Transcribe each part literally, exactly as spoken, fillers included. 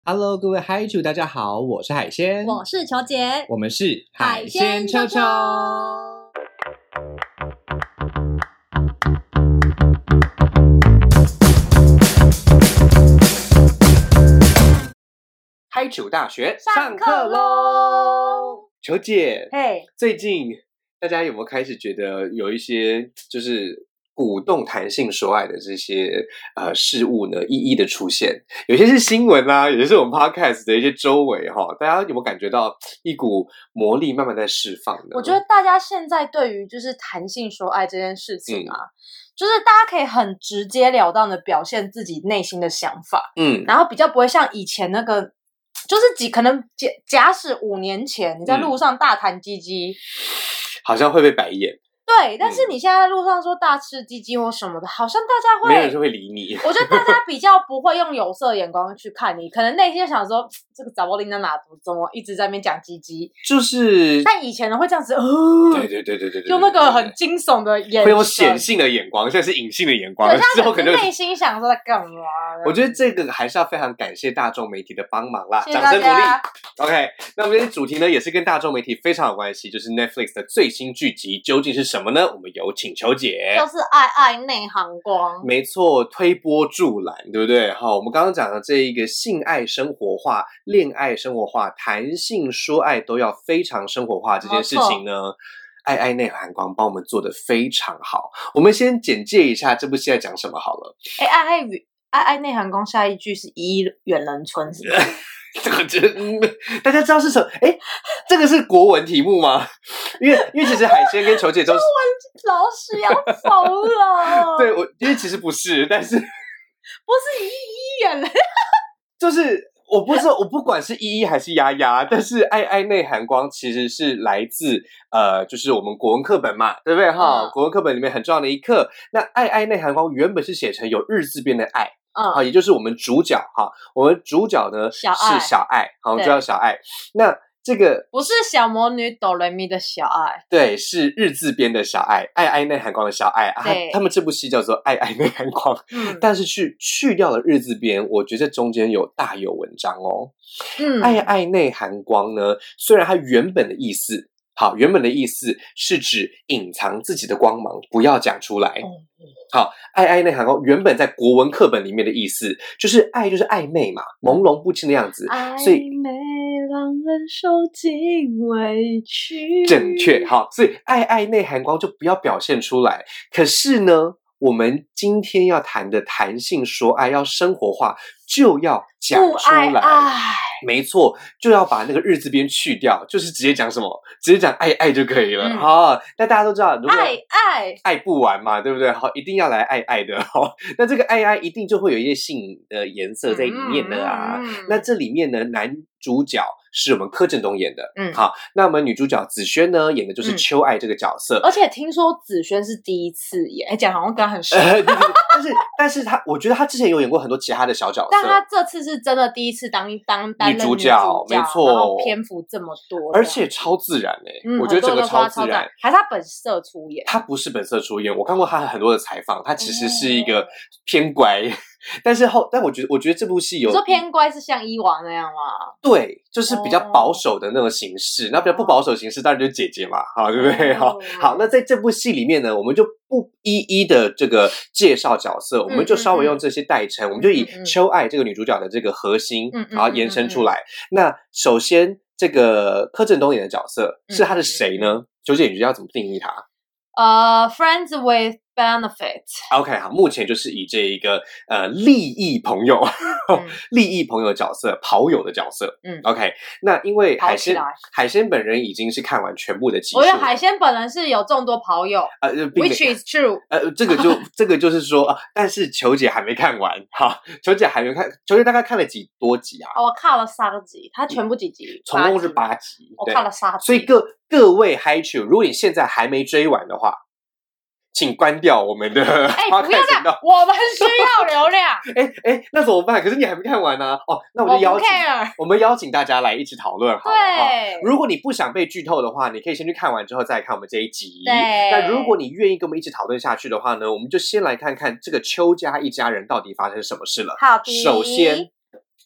Hello， 各位嗨主，大家好，我是海鲜， 我是球姐， 我们是海鲜秋秋。 嗨主大学上课喽！ 球姐， 嘿、hey. 最近大家有没有开始觉得有一些就是鼓动弹性说爱的这些呃事物呢，一一的出现？有些是新闻啊，有些是我们 podcast 的一些周围哈，大家有没有感觉到一股魔力慢慢在释放呢？ 我觉得大家现在对于就是弹性说爱这件事情啊。嗯，就是大家可以很直截了当的表现自己内心的想法，嗯，然后比较不会像以前那个，就是几可能假假使五年前你在路上大弹鸡鸡，嗯， 好像会被白眼。 对，但是你现在在路上说大吃鸡鸡或什么的，好像大家会没有人会理你。 我觉得大家比较不会用有色眼光去看你，可能内心想说这个查某囡仔哪怎么一直在那边讲鸡鸡， 就是。 但以前人会这样子，呃， 对对对对对对， 用那个很惊悚的眼神， 会用显性的眼光，现在是隐性的眼光，之后可能内心想说在干嘛？ 我觉得这个还是要非常感谢大众媒体的帮忙啦， 谢谢大家， 掌声鼓励。OK， 那我们今天主题呢也是跟大众媒体非常有关系，就是 Netflix 的最新剧集究竟是什么呢？我们有请球姐， 就是爱爱内涵光， 没错，推波助澜，对不对？好，我们刚刚讲的这一个性爱生活化、恋爱生活化、弹性说爱都要非常生活化这件事情呢，爱爱内涵光帮我们做得非常好。我们先简介一下这部戏在讲什么好了。 哎，爱爱与爱爱内涵光下一句是一远人村，是不是？ 这个就、嗯、大家知道是什么？哎，这个是国文题目吗？因为因为其实海鲜跟球姐都是国文老师要疯了。 对，我因为其实不是，但是不是一一远人， 就是我不知道，我不管是依依还是丫丫，但是爱爱内涵光其实是来自呃，就是我们国文课本嘛，对不对哈？嗯、国文课本里面很重要的一课。那爱爱内涵光原本是写成有日字边的爱。嗯，好，也就是我们主角哈，我们主角呢小爱是小爱，好，我们就叫小爱。那这个不是小魔女哆来咪的小爱， 对，是日字边的小爱，爱爱内涵光的小爱啊。他们这部戏叫做《爱爱内涵光》，嗯，但是去去掉了日字边，我觉得中间有大有文章哦。嗯，爱爱内涵光呢，虽然它原本的意思。好，原本的意思是指隐藏自己的光芒，不要讲出来。好，爱爱内涵光原本在国文课本里面的意思就是爱就是暧昧嘛，朦胧不清的样子，所以暧昧让人受尽委屈。 正确，好，所以爱爱内涵光就不要表现出来。可是呢，我们今天要谈的弹性说爱要生活化，就要讲出来。 不爱爱没错，就要把那个日字边去掉，就是直接讲什么，直接讲爱爱就可以了。好、嗯，那大家都知道，如果爱爱爱不完嘛，对不对？好，一定要来爱爱的。好，那这个爱爱一定就会有一些性的颜色在里面的啊。嗯嗯、那这里面呢，男主角是我们柯震东演的，嗯，好，那我们女主角子萱呢，演的就是秋爱这个角色。 而且听说子萱是第一次演，哎，讲好像跟他很熟。 呃、对对对但是，但是他，我觉得他之前有演过很多其他的小角色， 但他这次是真的第一次当当担任女主角，没错， 然后篇幅这么多， 而且超自然哎、欸嗯，我觉得整个超自然， 还是他本色出演？ 他不是本色出演，我看过他很多的采访，他其实是一个偏乖。嗯但是后，但我觉得，我觉得这部戏有你说偏乖是像伊娃那样吗？ 对，就是比较保守的那种形式。那、oh. 比较不保守的形式，当然就是姐姐嘛，好，对不对？好、oh. 好，那在这部戏里面呢，我们就不一一的这个介绍角色，嗯、我们就稍微用这些代称，嗯、我们就以秋爱这个女主角的这个核心，嗯、然后延伸出来。嗯、那首先，这个柯震东演的角色是他的谁呢？嗯、究竟你觉得要怎么定义他？ 呃、uh, ，Friends with benefits。OK， 好，目前就是以这一个呃利益朋友、嗯、利益朋友角色、跑友的角色。嗯 ，OK， 那因为海鲜海鲜本人已经是看完全部的集数， 我觉得海鲜本人是有众多跑友，呃 ，which is true。 呃，这个就这个就是说啊，但是球姐还没看完，哈，球姐还没看，球姐大概看了几多集啊？ 哦、我看了三个集，它全部几集？ 总共是八集， 我看了三集。 所以各各位嗨球，如果你现在还没追完的话。请关掉我们的哎、欸，不要这样，我们需要流量。 哎哎、欸欸，那怎么办？可是你还没看完呢、啊。哦，那我就邀请我, 我们邀请大家来一起讨论好了。对，如果你不想被剧透的话，你可以先去看完之后再来看我们这一集。 对， 那如果你愿意跟我们一起讨论下去的话呢，我们就先来看看这个邱家一家人到底发生什么事了。 好的， 首先。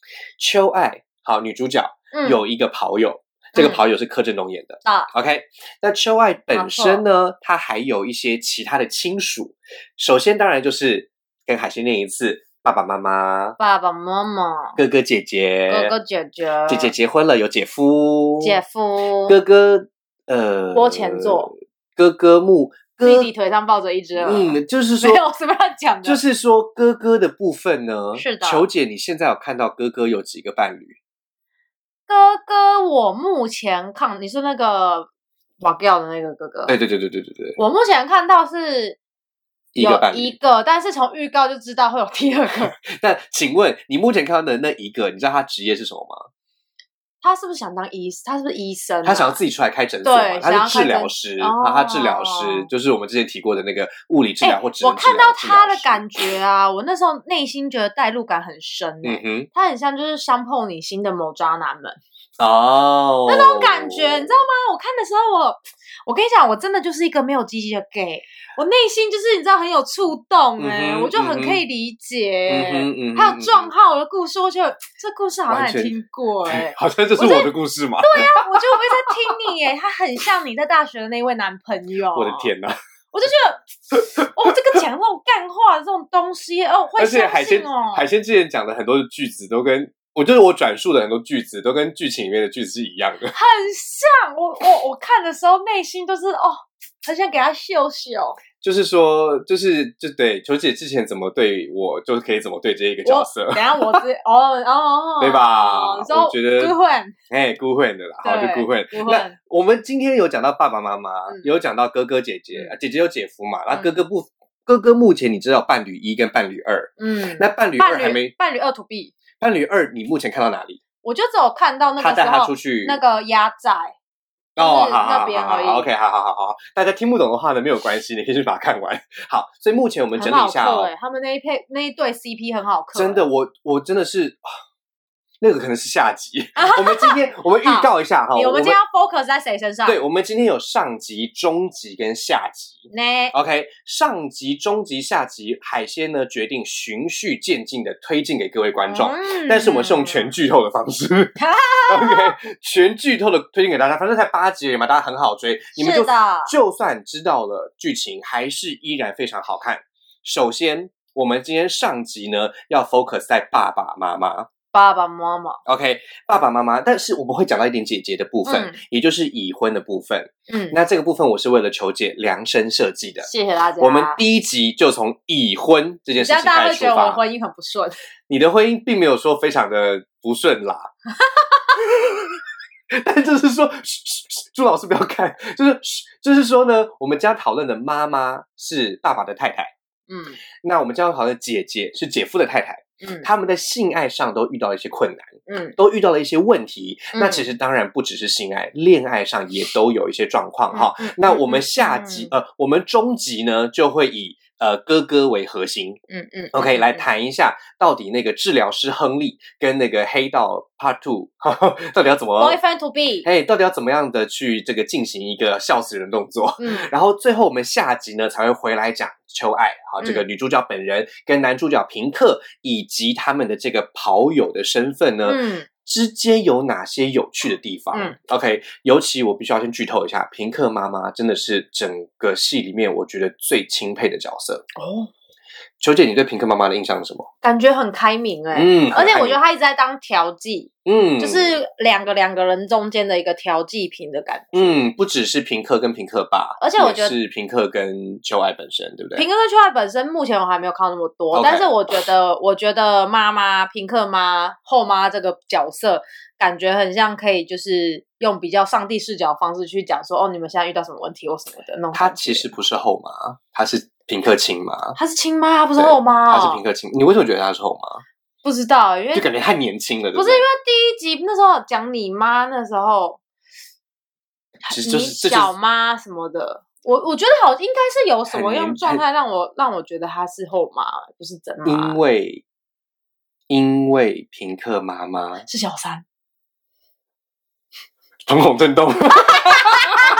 秋爱好女主角、嗯、有一个跑友，这个跑友是柯震东演的、嗯、OK， 那秋爱本身呢，她还有一些其他的亲属，首先当然就是跟海鲜念一次，爸爸妈妈， 爸爸妈妈， 哥哥姐姐， 哥哥姐姐， 姐姐结婚了，有姐夫， 姐夫， 哥哥，呃， 拨前座， 哥哥木， 弟弟腿上抱着一只鹅， 嗯，就是说， 没有什么要讲的， 就是说哥哥的部分呢， 是的， 球姐，你现在有看到哥哥有几个伴侣？ 哥哥，我目前看，你是那个瓦掉的那个哥哥， 对对对对对对对， 我目前看到是。有一个，但是从预告就知道会有第二个。 但请问你目前看到的那一个，你知道他职业是什么吗？ 他是不是想当医生？他是不是医生、啊？ 他想要自己出来开诊所嘛？ 对， 他是治疗师，哦、他治疗师就是我们之前提过的那个物理治疗或职能治疗。 我看到他的感觉啊，我那时候内心觉得代入感很深、欸。嗯哼，他很像就是伤透你心的某渣男们。 哦， 那种感觉你知道吗？我看的时候我，我我跟你讲，我真的就是一个没有鸡鸡的 gay， 我内心就是你知道很有触动哎、欸嗯，我就很可以理解、欸。嗯嗯、还有撞号的故事，我觉得这故事好像也听过哎、欸， 好像就是我的故事嘛。 对啊，我就我一直在听你哎、欸，他很像你在大学的那位男朋友。 我的天哪！ 我就觉得，哦，这个讲这种干话的这种东西，哦，会相信哦。 而且海鲜海鲜之前讲的很多的句子都跟。我就是我转述的很多句子都跟剧情里面的句子是一样的， 很像。我我我看的时候内心都是哦，很想给他秀秀。 就是说，就是就对球姐之前怎么对我，就可以怎么对这一个角色。 等一下我知哦哦， 对吧？ 我觉得孤混， 哎，孤混的啦，好就孤混。那我们今天有讲到爸爸妈妈，嗯、有讲到哥哥姐姐，嗯、姐姐有姐夫嘛？那、嗯、哥哥不，哥哥目前你知道伴侣一跟伴侣二，嗯，那伴侣二还没， 伴侣二 to B。 伴侣二，你目前看到哪里？ 我就只有看到那个时候他带他出去那个压寨哦，好那边而已。 OK， 好好好好，大家听不懂的话呢，没有关系，你可以去把它看完。好，所以目前我们整理一下哦， 他们那一配那一对 C P 很好磕， 真的，我我真的是。那个可能是下集，我们今天我们预告一下哈， 我们今天要 focus 在谁身上？ 对，我们今天有上集、中集跟下集。 呢 ，OK， 上集、中集、下集，海鲜呢决定循序渐进的推进给各位观众，嗯、但是我们是用全剧透的方式，OK， 全剧透的推进给大家，反正才八集嘛，大家很好追，你们就就算知道了剧情，还是依然非常好看。首先，我们今天上集呢要 focus 在爸爸妈妈。 爸爸妈妈 ，OK， 爸爸妈妈，但是我们会讲到一点姐姐的部分，嗯、也就是已婚的部分。嗯，那这个部分我是为了球姐量身设计的。 谢谢大家。 我们第一集就从已婚这件事情开始出发。 大家会觉得我的婚姻很不顺。 你的婚姻并没有说非常的不顺啦，但就是说，朱老师不要看，就是就是说呢，我们将讨论的妈妈是爸爸的太太，嗯，那我们将讨论的姐姐是姐夫的太太。嗯，他们的性爱上都遇到了一些困难，嗯，都遇到了一些问题。嗯、那其实当然不只是性爱，恋爱上也都有一些状况哈、嗯。那我们下集、嗯、呃，我们中集呢就会以呃哥哥为核心，嗯嗯 ，OK， 来谈一下到底那个治疗师亨利跟那个黑道 Part Two 到底要怎么 Boyfriend to be， 哎，到底要怎么样的去这个进行一个笑死人动作？嗯，然后最后我们下集呢才会回来讲秋爱，好，这个女主角本人跟男主角平克以及他们的这个跑友的身份呢，嗯，之间有哪些有趣的地方？嗯 ，OK， 尤其我必须要先剧透一下，平克妈妈真的是整个戏里面我觉得最钦佩的角色哦。球姐，你对平克妈妈的印象是什么？ 感觉很开明哎、欸，嗯，而且我觉得她一直在当调剂，嗯，就是两个两个人中间的一个调剂品的感觉， 嗯，不只是平克跟平克爸， 而且我觉得是平克跟秋爱本身，对不对？ 平克跟秋爱本身，目前我还没有看到那么多， okay. 但是我觉得，我觉得妈妈平克妈后妈这个角色，感觉很像可以就是用比较上帝视角的方式去讲说，哦，你们现在遇到什么问题或什么的那种。 她其实不是后妈，她是平克亲妈， 她是亲妈，不是后妈、 哦。她是平克亲，你为什么觉得她是后妈？ 不知道，因为就感觉太年轻了，对不对？ 不是因为第一集那时候讲你妈那时候， 其实就是小妈什么的，我我觉得好应该是有什么样状态让我让我觉得她是后妈，不是真妈。 因为因为平克妈妈是小三， 瞳孔震动。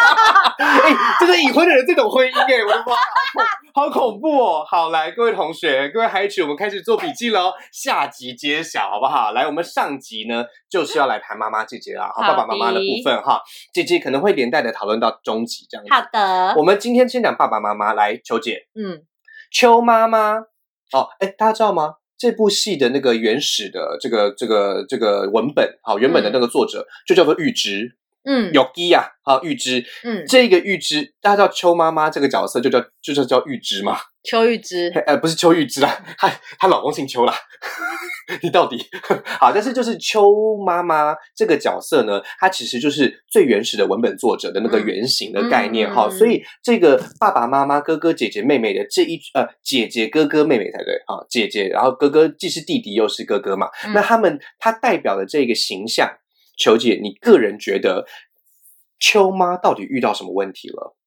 哎、欸，这个已婚的人这种婚姻、欸，哎，我的妈，好恐怖哦！好，来，各位同学，各位孩曲，我们开始做笔记喽。下集揭晓，好不好？来，我们上集呢就是要来谈妈妈姐姐啦，爸爸妈妈的部分哈。姐姐可能会连带的讨论到中集这样子。 好的， 我们今天先讲爸爸妈妈。来，邱姐， 嗯， 邱妈妈，哦，哎，大家知道吗？这部戏的那个原始的这个这个这个文本，好，原本的那个作者、嗯、就叫做玉芝。嗯，有基呀，好玉芝，嗯，这个玉芝，大家知道邱妈妈这个角色就叫就是叫玉芝吗？ 邱玉芝， 呃，不是邱玉芝啦，她她老公姓邱啦。你到底好？但是就是邱妈妈这个角色呢，她其实就是最原始的文本作者的那个原型的概念哈、嗯嗯，所以这个爸爸妈妈、哥哥姐姐妹妹的这一呃姐姐哥哥妹妹才对啊，姐姐，然后哥哥既是弟弟又是哥哥嘛，嗯、那他们他代表的这个形象。邱姐，你个人觉得邱妈到底遇到什么问题了？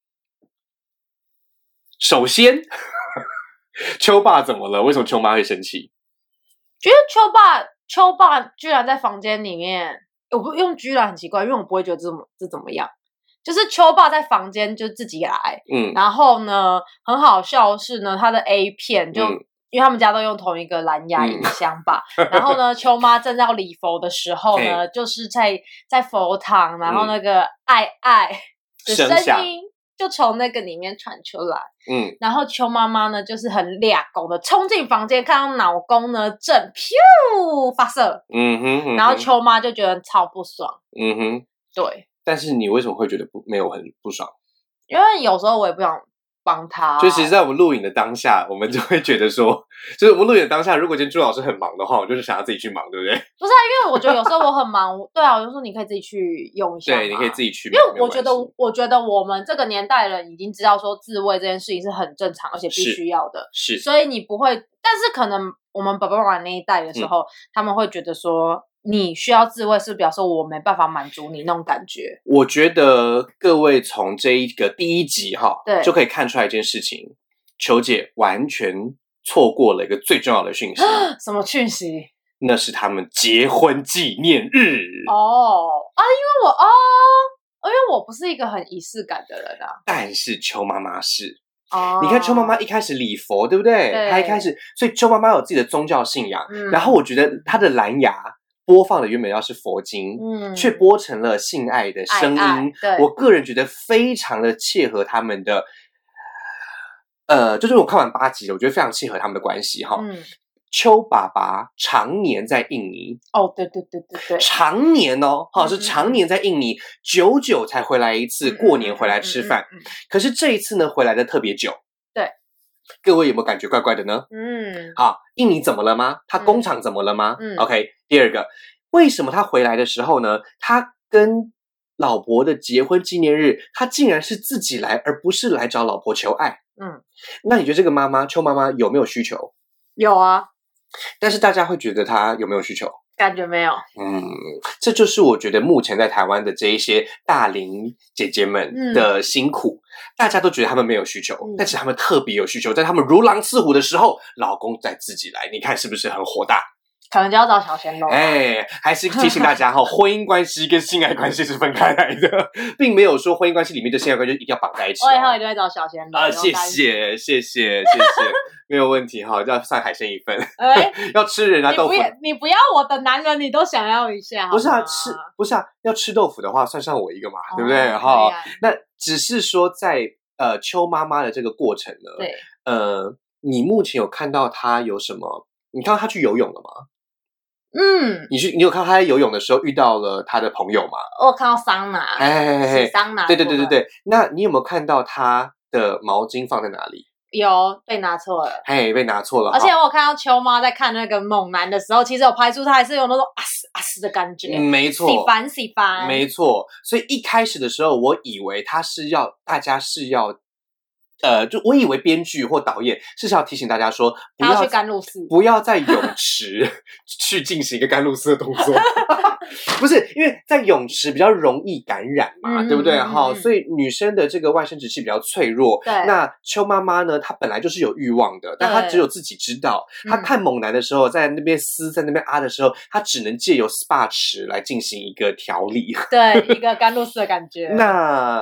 首先，邱爸怎么了？为什么邱妈会生气？ 觉得邱爸，邱爸居然在房间里面，我不用居然很奇怪，因为我不会觉得这怎么这怎么样。就是邱爸在房间就自己来，嗯，然后呢，很好笑的是呢，他的 A 片就。嗯因为他们家都用同一个蓝牙音箱吧，嗯、然后呢，邱妈正要礼佛的时候呢，就是在在佛堂，然后那个爱爱的声音就从那个里面传出来，嗯，然后邱妈妈呢就是很俩公的冲进房间，看到老公呢正噗发射，嗯哼，嗯哼，然后邱妈就觉得超不爽，嗯哼，对。 但是你为什么会觉得不没有很不爽？ 因为有时候我也不想。帮他， 就其实在我们录影的当下，我们就会觉得说，就是我们录影的当下，如果今天朱老师很忙的话，我就是想要自己去忙，对不对？ 不是啊，因为我觉得有时候我很忙，对啊，我就说你可以自己去用一下， 对，你可以自己去， 因为我觉得，我觉得我们这个年代人已经知道说自慰这件事情是很正常，而且必须要的， 是，是所以你不会，但是可能我们爸爸妈妈那一代的时候，嗯、他们会觉得说。你需要自慰是表示我没办法满足你那种感觉。 我觉得各位从这一个第一集哈，对，就可以看出来一件事情，邱姐完全错过了一个最重要的讯息。 什么讯息？ 那是他们结婚纪念日。 哦啊，因为我哦，因为我不是一个很仪式感的人啊。 但是邱妈妈是。哦，你看邱妈妈一开始礼佛，对不对？对，她一开始，所以邱妈妈有自己的宗教信仰。嗯，然后我觉得她的蓝牙。播放的原本要是佛经，嗯，却播成了性爱的声音。爱爱我个人觉得非常的切合他们的，呃，就是我看完八集了，我觉得非常切合他们的关系哈。嗯，邱爸爸常年在印尼， 哦，对对对对对， 常年哦，哈、嗯，是常年在印尼，久久才回来一次，嗯、过年回来吃饭。嗯嗯嗯嗯、可是这一次呢，回来的特别久。 对。 各位有没有感觉怪怪的呢？嗯，好，印尼怎么了吗？他工厂怎么了吗？嗯 ，OK。第二个，为什么他回来的时候呢？他跟老婆的结婚纪念日，他竟然是自己来，而不是来找老婆求爱。嗯，那你觉得这个妈妈邱妈妈有没有需求？ 有啊， 但是大家会觉得她有没有需求？ 感觉没有。 嗯，这就是我觉得目前在台湾的这一些大龄姐姐们的辛苦。嗯、大家都觉得他们没有需求，嗯、但是他们特别有需求，在他们如狼似虎的时候，老公再自己来，你看是不是很火大？ 可能就要找小鲜肉。 哎，还是提醒大家哈，婚姻关系跟性爱关系是分开来的，并没有说婚姻关系里面的性爱关系一定要绑在一起、哦。 我以后一定会找小鲜肉。 啊，谢谢谢谢谢谢，没有问题哈，要算海鲜一份。哎，要吃人家豆腐， 你不你不要我的男人，你都想要一下。 不是啊，吃不是啊，要吃豆腐的话，算上我一个嘛，哦、对不对？哈、啊，那只是说在呃邱妈妈的这个过程呢， 对， 呃，你目前有看到她有什么？你看到她去游泳了吗？嗯，你去，你有看到他在游泳的时候遇到了他的朋友吗？ 我有看到桑拿， 哎， 桑拿， 对对对对对。那你有没有看到他的毛巾放在哪里？ 有，被拿错了， 嘿，被拿错了。 而且我有看到邱妈在看那个猛男的时候，其实有拍出他还是有那种啊嘶啊嘶的感觉， 嗯、没错， 喜欢喜欢， 没错。所以一开始的时候，我以为他是要大家是要。呃，就我以为编剧或导演是要提醒大家说，不要去甘露寺， 不要在泳池去进行一个甘露寺的动作，不是因为在泳池比较容易感染嘛，嗯、对不对？哈、嗯，所以女生的这个外生殖器比较脆弱。 对， 那邱妈妈呢，她本来就是有欲望的，但她只有自己知道。她看猛男的时候，在那边撕，在那边啊的时候，她只能借由 S P A 池来进行一个调理， 对，一个甘露寺的感觉。 那。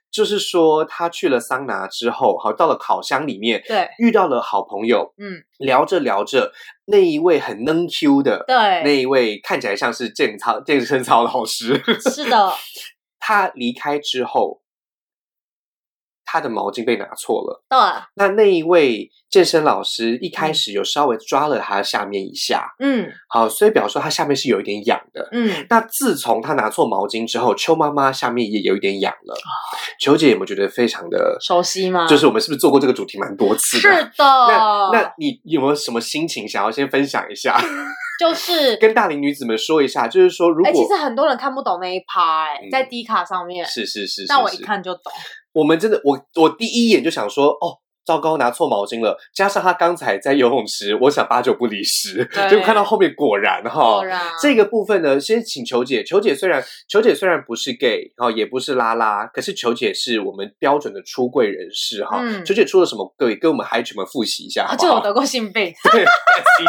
就是说他去了桑拿之后，好到了烤箱里面， 对， 遇到了好朋友，嗯，聊着聊着，那一位很能 Q 的， 对， 那一位看起来像是健操健身操老师， 是的， 他离开之后。他的毛巾被拿错了， 对， 那那一位健身老师一开始有稍微抓了他下面一下，嗯，好，所以表示说他下面是有一点痒的，嗯，那自从他拿错毛巾之后，邱妈妈下面也有一点痒了，邱姐有没有觉得非常的熟悉吗？ 就是我们是不是做过这个主题蛮多次的？ 是的， 那那你有没有什么心情想要先分享一下？ 就是跟大龄女子们说一下，就是说如果、欸、 其实很多人看不懂那一趴、欸嗯、在 D 卡上面是是 是, 是， 但我一看就懂。 我们真的，我我第一眼就想说，哦，糟糕，拿错毛巾了。加上他刚才在游泳池，我想八九不离十，就看到后面果然哈，果然这个部分呢，先请球姐。球姐虽然球姐虽然不是 gay 哈，也不是拉拉，可是球姐是我们标准的出柜人士哈。嗯、球姐出了什么柜，跟我们孩子们复习一下好不好？ 就我得过性病， 对 ，C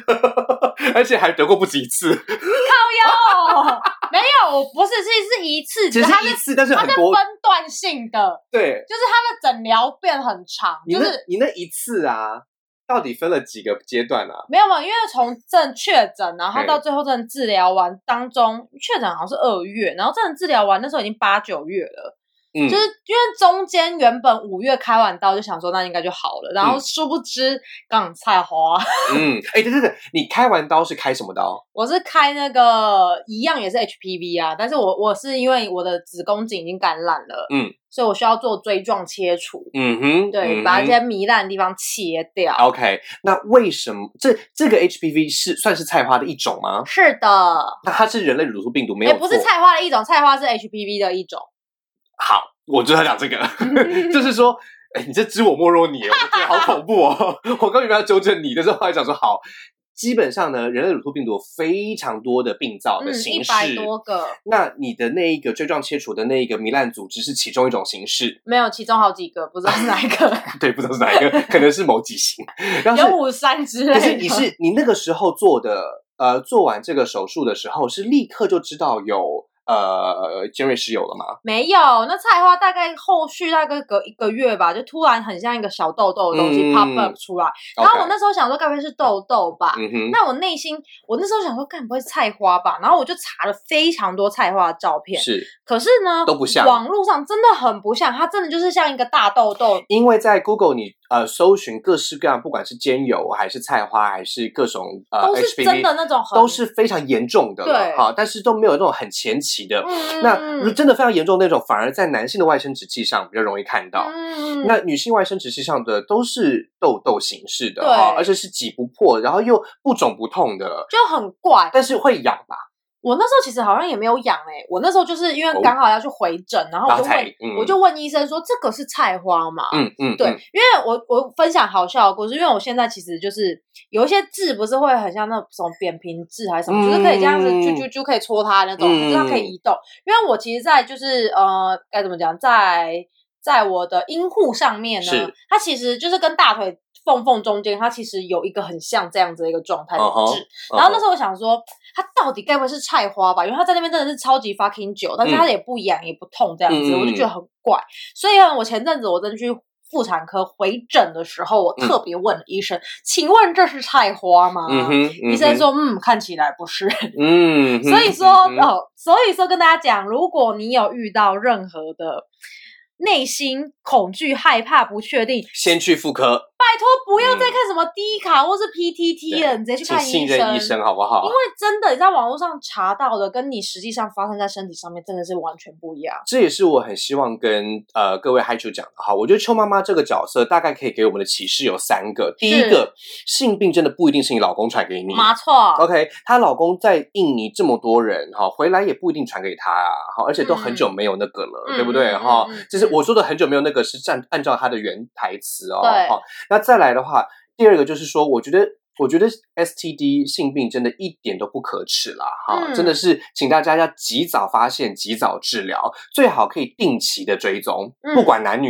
T， 而且还得过不止一次。靠腰。没有，我不是，是是一次， 只是一次，但是很多它是分段性的， 对， 就是它的诊疗变很长。 你那、 就是、 你那一次啊，到底分了几个阶段啊？ 没有嘛，因为从正确诊，然后到最后真的治疗完当中，确诊好像是二月，然后真的治疗完那时候已经八九月了。嗯、就是因为中间原本五月开完刀就想说那应该就好了，然后殊不知刚菜花。 嗯，哎、欸，对对对，你开完刀是开什么刀？ 我是开那个一样也是 H P V 啊，但是我我是因为我的子宫颈已经感染了，嗯，所以我需要做锥状切除，嗯哼，对，嗯哼把这些糜烂的地方切掉。 OK， 那为什么这这个 H P V 是算是菜花的一种吗？ 是的， 那它是人类乳头病毒没有？ 也不是菜花的一种，菜花是 H P V 的一种。 好，我就要讲这个，就是说，哎、欸，你这知我莫若你，我觉得好恐怖哦！我刚原本要纠正你，但是后来讲说，好，基本上呢，人类乳头病毒有非常多的病灶的形式， 一百多个。那你的那一个锥状切除的那一个糜烂组织是其中一种形式， 没有，其中好几个，不知道是哪一个。 对，不知道是哪一个，可能是某几型， 有五三之类的。 可是你是你那个时候做的，呃，做完这个手术的时候，是立刻就知道有。呃，尖锐湿疣了吗？ 没有，那菜花大概后续大概隔一个月吧，就突然很像一个小痘痘的东西、嗯、pop up 出来。然后我那时候想说，该不会是痘痘吧？嗯、那我内心，我那时候想说，该不会是菜花吧？然后我就查了非常多菜花的照片， 是， 可是呢， 都不像。 网络上真的很不像，它真的就是像一个大痘痘。 因为在 Google 你呃搜寻各式各样，不管是尖疣还是菜花，还是各种呃都是 H P V， 真的那种很， 都是非常严重的了，对哈，但是都没有那种很前期的。嗯、那如果真的非常严重的那种，反而在男性的外生殖器上比较容易看到。嗯、那女性外生殖器上的都是痘痘形式的哈，而且是挤不破，然后又不肿不痛的， 就很怪， 但是会痒吧？ 我那时候其实好像也没有痒哎、欸，我那时候就是因为刚好要去回诊，哦、然后我就问，嗯、我就问医生说这个是菜花吗？嗯嗯，对，嗯、因为我我分享好笑的故事，因为我现在其实就是有一些痣不是会很像那种扁平痣还是什么，嗯、就是可以这样子啾啾啾可以戳它那种，嗯、就是它可以移动。因为我其实，在就是呃该怎么讲，在在我的阴户上面呢，它其实就是跟大腿缝缝中间，它其实有一个很像这样子的一个状态的痣。Uh-huh, uh-huh. 然后那时候我想说，它到底该不会是菜花吧？因为它在那边真的是超级 fucking 久，但是它也不痒也不痛这样子，嗯、我就觉得很怪。所以我前阵子我真的去妇产科回诊的时候，我特别问医生：“嗯、请问这是菜花吗？”嗯哼嗯、医生说：“嗯，看起来不是。”嗯，所以说、嗯、哦，所以说跟大家讲，如果你有遇到任何的内心恐惧、害怕、不确定， 先去妇科。 拜托，不要再看什么 D 卡或是 P T T 了，你直接去看医生。 信任医生好不好？ 因为真的你在网络上查到的，跟你实际上发生在身体上面，真的是完全不一样。 这也是我很希望跟呃各位嗨球讲的哈。我觉得邱妈妈这个角色大概可以给我们的启示有三个。第一个，性病真的不一定是你老公传给你， 没错。 OK， 她老公在印尼这么多人哈，回来也不一定传给她啊，哈，而且都很久没有那个了，嗯、对不对哈？嗯嗯、就是我说的很久没有那个是按按照他的原台词哦， 对。 那再来的话，第二个就是说，我觉得，我觉得 S T D 性病真的一点都不可耻啦，哈、嗯，真的是，请大家要及早发现、及早治疗，最好可以定期的追踪，嗯、不管男女哦，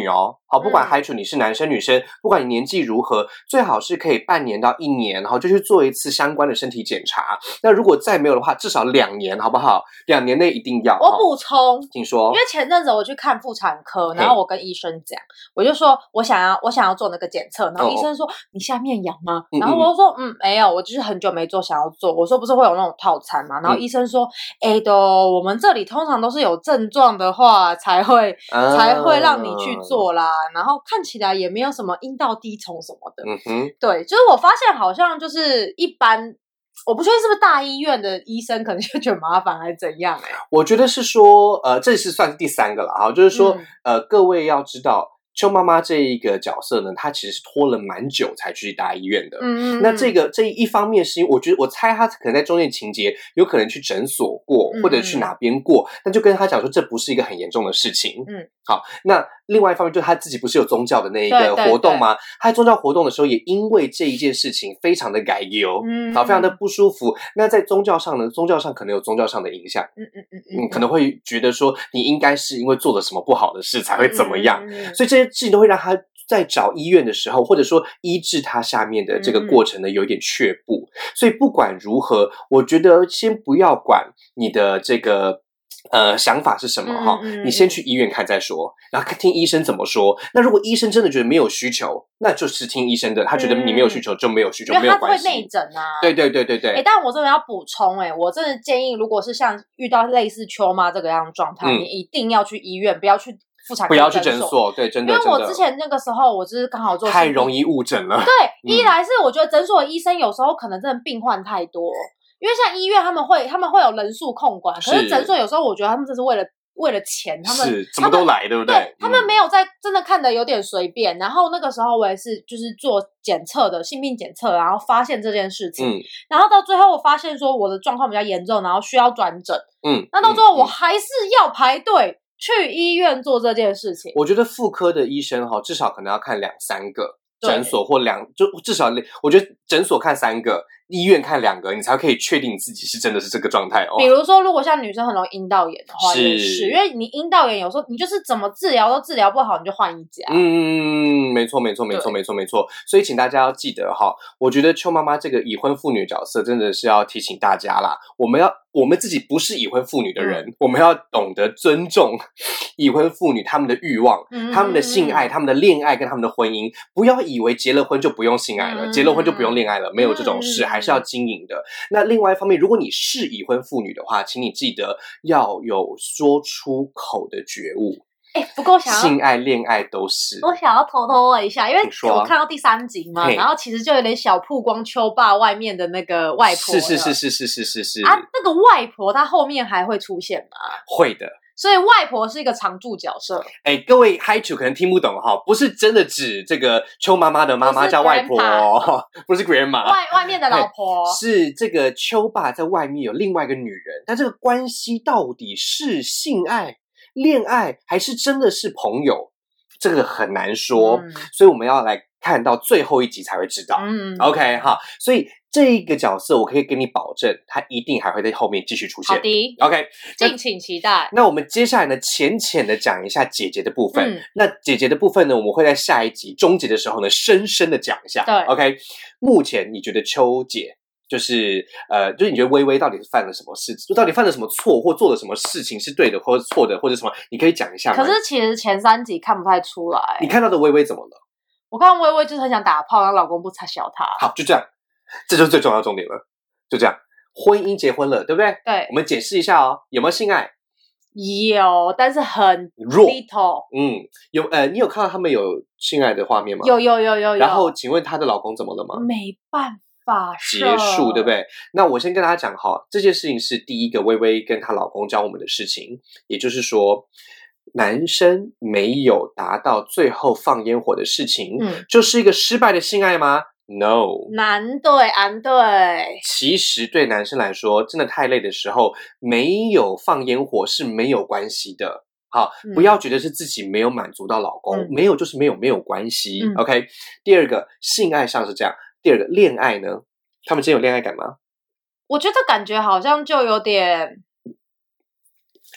好，不管 Hichu 你是男生女生，不管你年纪如何，最好是可以半年到一年，然后就去做一次相关的身体检查。那如果再没有的话，至少两年，好不好？两年内一定要。 我补充， 请说。 因为前阵子我去看妇产科，然后我跟医生讲，我就说我想要我想要做那个检测，然后医生说、哦、你下面痒吗？嗯嗯然后我就说嗯没有，我就是很久没做，想要做。我说不是会有那种套餐吗？然后医生说哎的、嗯，我们这里通常都是有症状的话才会、啊、才会让你去做啦。然后看起来也没有什么阴道滴虫什么的。嗯哼，对，就是我发现好像就是一般。我不确定是不是大医院的医生可能就觉得麻烦还是怎样哎、欸？ 我觉得是说，呃，这是算是第三个了哈，就是说，嗯、呃，各位要知道，邱妈妈这一个角色呢，她其实是拖了蛮久才去大医院的。嗯，那这个这一方面是因为我觉得，我猜她可能在中间情节有可能去诊所过，或者去哪边过，那、嗯、就跟她讲说，这不是一个很严重的事情。嗯，好，那另外一方面就是她自己不是有宗教的那一个活动吗？她在宗教活动的时候，也因为这一件事情非常的改忧，嗯，好，非常的不舒服。那在宗教上呢，宗教上可能有宗教上的影响，嗯嗯嗯嗯，可能会觉得说你应该是因为做了什么不好的事才会怎么样，嗯嗯嗯，所以这些事情都会让他在找医院的时候，或者说医治他下面的这个过程呢，有一点却步。所以不管如何，我觉得先不要管你的这个。呃，想法是什么哈、嗯嗯嗯？你先去医院看再说，然后听医生怎么说。那如果医生真的觉得没有需求，那就是听医生的。他觉得你没有需求就没有需求， 因为他没有关系。 会内诊啊。 对对对对对。 哎、欸，但我真的要补充，哎，我真的建议，如果是像遇到类似邱妈这个样的状态、嗯，你一定要去医院，不要去妇产科诊所， 不要去诊所。对，真的。 因为我之前那个时候，我就是刚好做太容易误诊了。 对，嗯、一来是我觉得诊所的医生有时候可能真的病患太多。因为像医院他们会他们会有人数控管，可是诊所有时候我觉得他们这是为了为了钱，他们是什么都来，对不对？ 对，他们没有在真的看得有点随便。嗯、然后那个时候我也是就是做检测的性病检测，然后发现这件事情，嗯、然后到最后我发现说我的状况比较严重，然后需要转诊，嗯，那到最后我还是要排队去医院做这件事情。 我觉得妇科的医生哈，至少可能要看两三个诊所或两，就至少我觉得诊所看三个。医院看两个，你才可以确定自己是真的是这个状态哦。 比如说，如果像女生很容易阴道炎的话，也是，因为你阴道炎有时候你就是怎么治疗都治疗不好，你就换一家。 嗯，没错，没错，没错，没错，没错。所以请大家要记得哈，我觉得邱妈妈这个已婚妇女角色真的是要提醒大家啦，我们要我们自己不是已婚妇女的人，嗯、我们要懂得尊重已婚妇女他们的欲望、嗯、他们的性爱、他们的恋爱跟他们的婚姻，不要以为结了婚就不用性爱了，嗯、结了婚就不用恋爱了，没有这种事。嗯还是要经营的。那另外一方面，如果你是已婚妇女的话，请你记得要有说出口的觉悟。 哎、欸，不过想要性爱、恋爱都是。 我想要偷偷问一下，因为我看到第三集嘛，然后其实就有点小曝光邱爸外面的那个外婆。 是是是是是是是是啊，那个外婆她后面还会出现吗？ 会的。 所以外婆是一个常驻角色。 哎、欸，各位 Hichu 可能听不懂哈，不是真的指这个邱妈妈的妈妈叫外婆，不是 grandma， 外外面的老婆， 是这个邱爸在外面有另外一个女人，但这个关系到底是性爱、恋爱，还是真的是朋友？这个很难说，嗯、所以我们要来看到最后一集才会知道。嗯 ，OK 哈，所以。这一个角色，我可以跟你保证，他一定还会在后面继续出现。 好的 ，OK， 敬请期待。 那我们接下来呢，浅浅的讲一下姐姐的部分。嗯、那姐姐的部分呢，我们会在下一集终结的时候呢，深深的讲一下。 对 ，OK。目前你觉得邱姐就是呃，就是你觉得微微到底是犯了什么事？就到底犯了什么错，或做了什么事情是对的，或者错的，或者什么？你可以讲一下吗？ 可是其实前三集看不太出来。 你看到的微微怎么了？ 我看微微就是很想打炮，然后老公不插小她。 好，就这样。这就是最重要的重点了，就这样，婚姻结婚了，对不对？ 对， 我们解释一下哦，有没有性爱？ 有，但是很弱 little。 嗯，有呃，你有看到他们有性爱的画面吗？ 有有有有有。 然后，请问她的老公怎么了吗？ 没办法结束，对不对？那我先跟大家讲哈，这件事情是第一个微微跟她老公教我们的事情，也就是说。男生没有达到最后放烟火的事情，嗯，就是一个失败的性爱吗 ？No， 难对，安对。 其实对男生来说，真的太累的时候，没有放烟火是没有关系的。好，嗯、不要觉得是自己没有满足到老公，嗯、没有就是没有，没有关系。嗯、OK， 第二个，性爱上是这样。第二个，恋爱呢？他们真有恋爱感吗？ 我觉得感觉好像就有点。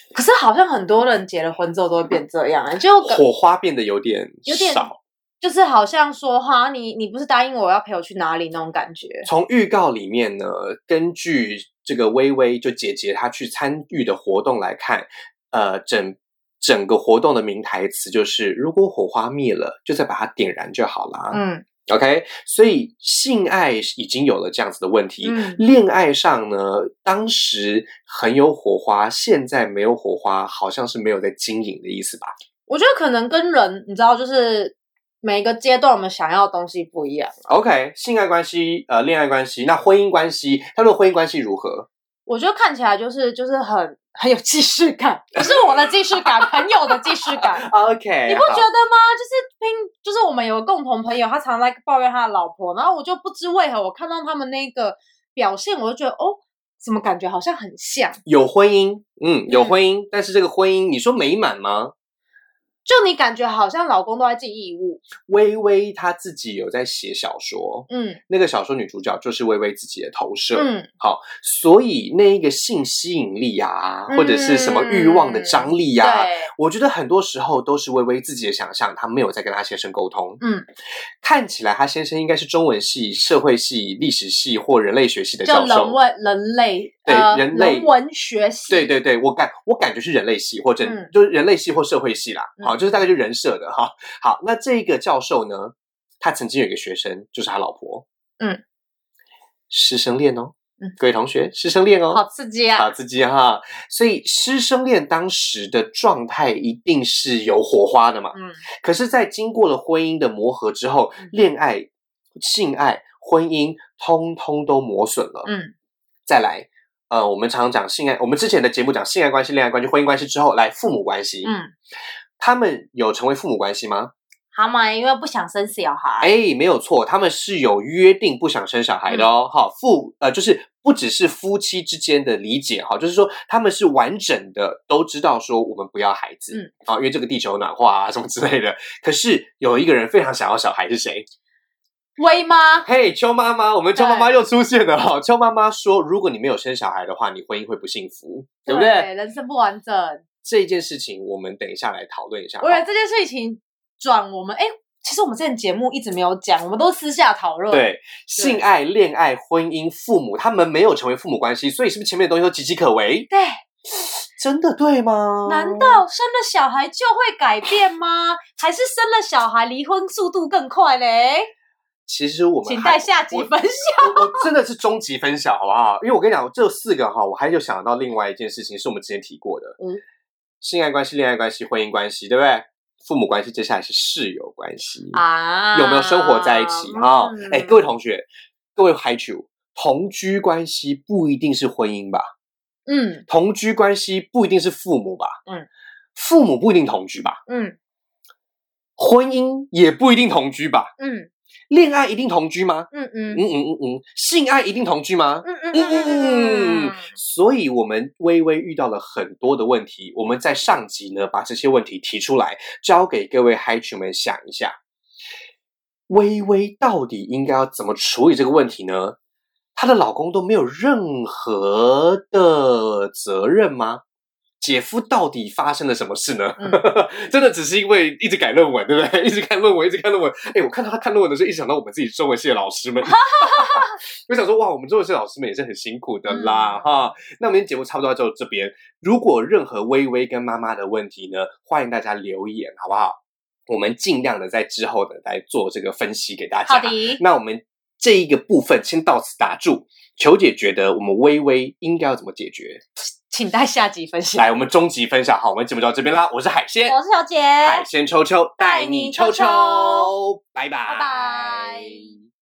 可是好像很多人结了婚之后都会变这样、欸，就火花变得有点有点少。 就是好像说哈，你你不是答应我要陪我去哪里那种感觉。 从预告里面呢，根据这个微微就姐姐她去参与的活动来看，呃，整整个活动的名台词就是：如果火花灭了，就再把它点燃就好啦。嗯 ，OK， 所以性爱已经有了这样子的问题，嗯、恋爱上呢，当时很有火花，现在没有火花，好像是没有在经营的意思吧？ 我觉得可能跟人，你知道，就是。每个阶段我们想要的东西不一样。 OK， 性爱关系、呃，恋爱关系，那婚姻关系，他们的婚姻关系如何？ 我觉得看起来就是就是很很有既视感，不是我的既视感，朋友的既视感。 OK， 你不觉得吗？就是拼，就是我们有个共同朋友，他常常在抱怨他的老婆，然后我就不知为何，我看到他们那个表现，我就觉得哦，怎么感觉好像很像？ 有婚姻，嗯，有婚姻，嗯、但是这个婚姻，你说美满吗？ 就你感觉好像老公都在尽义务。 微微她自己有在写小说，嗯，那个小说女主角就是微微自己的投射，嗯，好，所以那一个性吸引力啊，或者是什么欲望的张力啊，嗯、我觉得很多时候都是微微自己的想象，她没有在跟她先生沟通，嗯，看起来她先生应该是中文系、社会系、历史系或人类学系的教授， 就人文人类对、呃、人类人文学系， 对对对，我感我感觉是人类系或者、嗯、就是人类系或社会系啦，嗯、好。就是大概就是人设的哈，好，那这个教授呢，他曾经有一个学生，就是他老婆，嗯，师生恋哦，嗯，各位同学，师生恋哦， 好刺激啊， 好刺激哈，所以师生恋当时的状态一定是有火花的嘛，嗯，可是，在经过了婚姻的磨合之后，嗯、恋爱、性爱、婚姻，通通都磨损了，嗯，再来。呃，我们常常讲性爱，我们之前的节目讲性爱关系、恋爱关系、婚姻关系之后，来父母关系，嗯。他们有成为父母关系吗？ 他们因为不想生小孩， 哎，没有错，他们是有约定不想生小孩的哦。好、嗯，父呃，就是不只是夫妻之间的理解，哈，就是说他们是完整的都知道说我们不要孩子，嗯，好，因为这个地球暖化啊什么之类的。可是有一个人非常想要小孩，是谁？ 薇妈， 嘿，邱妈妈，我们邱妈妈又出现了哈。邱妈妈说，如果你没有生小孩的话，你婚姻会不幸福，对不对？ 对，人生不完整。 这件事情我们等一下来讨论一下。 我觉得这件事情转我们，哎，其实我们这节目一直没有讲，我们都私下讨论。 对，性爱、恋爱、婚姻、父母，他们没有成为父母关系，所以是不是前面的东西都岌岌可危？ 对， 真的对吗？ 难道生了小孩就会改变吗？还是生了小孩离婚速度更快嘞？ 其实我们请待下集分享。 我, 我, 我真的是终极分享，好不好？因为我跟你讲，这四个哈，我还有想到另外一件事情，是我们之前提过的。嗯。性爱关系、恋爱关系、婚姻关系，对不对？父母关系，接下来是室友关系啊，有没有生活在一起？哈、嗯，哎，各位同学，各位嗨球，同居关系不一定是婚姻吧？嗯，同居关系不一定是父母吧？嗯，父母不一定同居吧？嗯，婚姻也不一定同居吧？嗯。恋爱一定同居吗？嗯嗯嗯嗯嗯嗯，性爱一定同居吗？嗯嗯嗯嗯嗯。所以，我们微微遇到了很多的问题。我们在上集呢，把这些问题提出来，交给各位嗨群们想一下，微微到底应该要怎么处理这个问题呢？她的老公都没有任何的责任吗？姐夫到底发生了什么事呢？嗯、真的只是因为一直改论文，对不对？一直看论文，一直看论文。哎，我看到他看论文的时候，一直想到我们自己中文系的老师们。我想说，哇，我们中文系的老师们也是很辛苦的啦，嗯、哈。那我们今天节目差不多就这边。如果任何微微跟妈妈的问题呢，欢迎大家留言，好不好？我们尽量的在之后的来做这个分析给大家。 好的。 那我们这一个部分先到此打住。球姐觉得我们微微应该要怎么解决？ 请待下集分享。 来，我们终极分享。好，我们节目就到这边啦。我是海鲜， 我是小姐， 海鲜秋秋带你秋秋，拜拜， 拜拜。